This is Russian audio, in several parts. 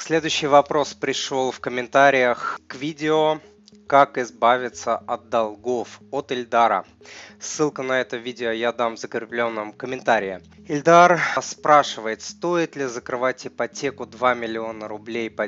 Следующий вопрос пришел в комментариях к видео «Как избавиться от долгов» от Ильдара. Ссылку на это видео я дам в закрепленном комментарии. Ильдар спрашивает, стоит ли закрывать ипотеку 2 миллиона рублей по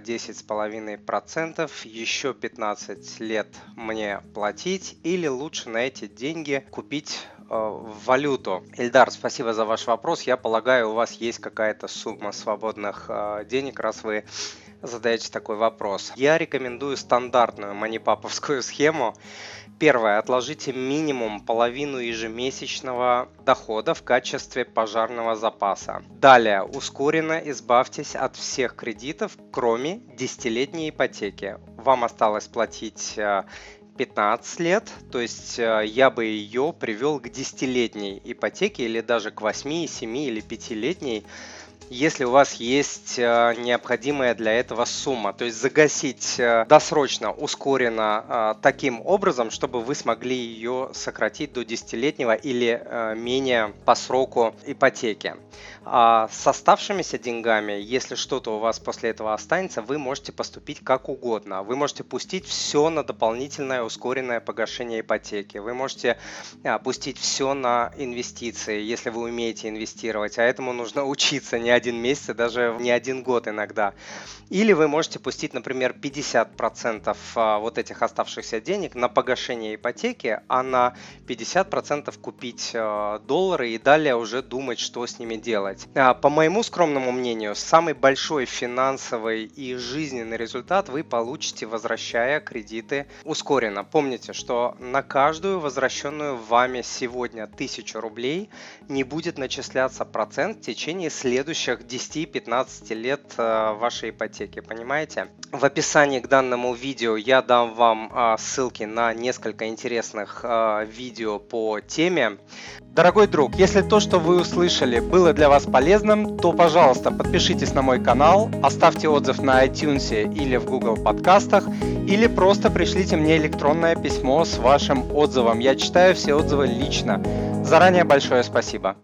10,5%, еще 15 лет мне платить или лучше на эти деньги купить валюту. Ильдар, спасибо за ваш вопрос. Я полагаю, у вас есть какая-то сумма свободных денег, раз вы задаете такой вопрос. Я рекомендую стандартную манипаповскую схему. Первое. Отложите минимум половину ежемесячного дохода в качестве пожарного запаса. Далее. Ускоренно избавьтесь от всех кредитов, кроме 10-летней ипотеки. Вам осталось платить 15 лет, то есть я бы ее привел к 10-летней ипотеке или даже к 8, 7 или 5-летней, если у вас есть необходимая для этого сумма. То есть загасить досрочно, ускоренно таким образом, чтобы вы смогли ее сократить до 10-летнего или менее по сроку ипотеки. А с оставшимися деньгами, если что-то у вас после этого останется, вы можете поступить как угодно. Вы можете пустить все на дополнительное ускоренное погашение ипотеки. Вы можете пустить все на инвестиции, если вы умеете инвестировать. А этому нужно учиться не один месяц, даже не один год иногда. Или вы можете пустить, например, 50% вот этих оставшихся денег на погашение ипотеки, а на 50% купить доллары и далее уже думать, что с ними делать. По моему скромному мнению, самый большой финансовый и жизненный результат вы получите, возвращая кредиты ускоренно. Помните, что на каждую возвращенную вами сегодня 1000 рублей не будет начисляться процент в течение следующих 10-15 лет вашей ипотеки. Понимаете? В описании к данному видео я дам вам ссылки на несколько интересных видео по теме. Дорогой друг, если то, что вы услышали, было для вас полезным, то, пожалуйста, подпишитесь на мой канал, оставьте отзыв на iTunes или в Google подкастах, или просто пришлите мне электронное письмо с вашим отзывом. Я читаю все отзывы лично. Заранее большое спасибо.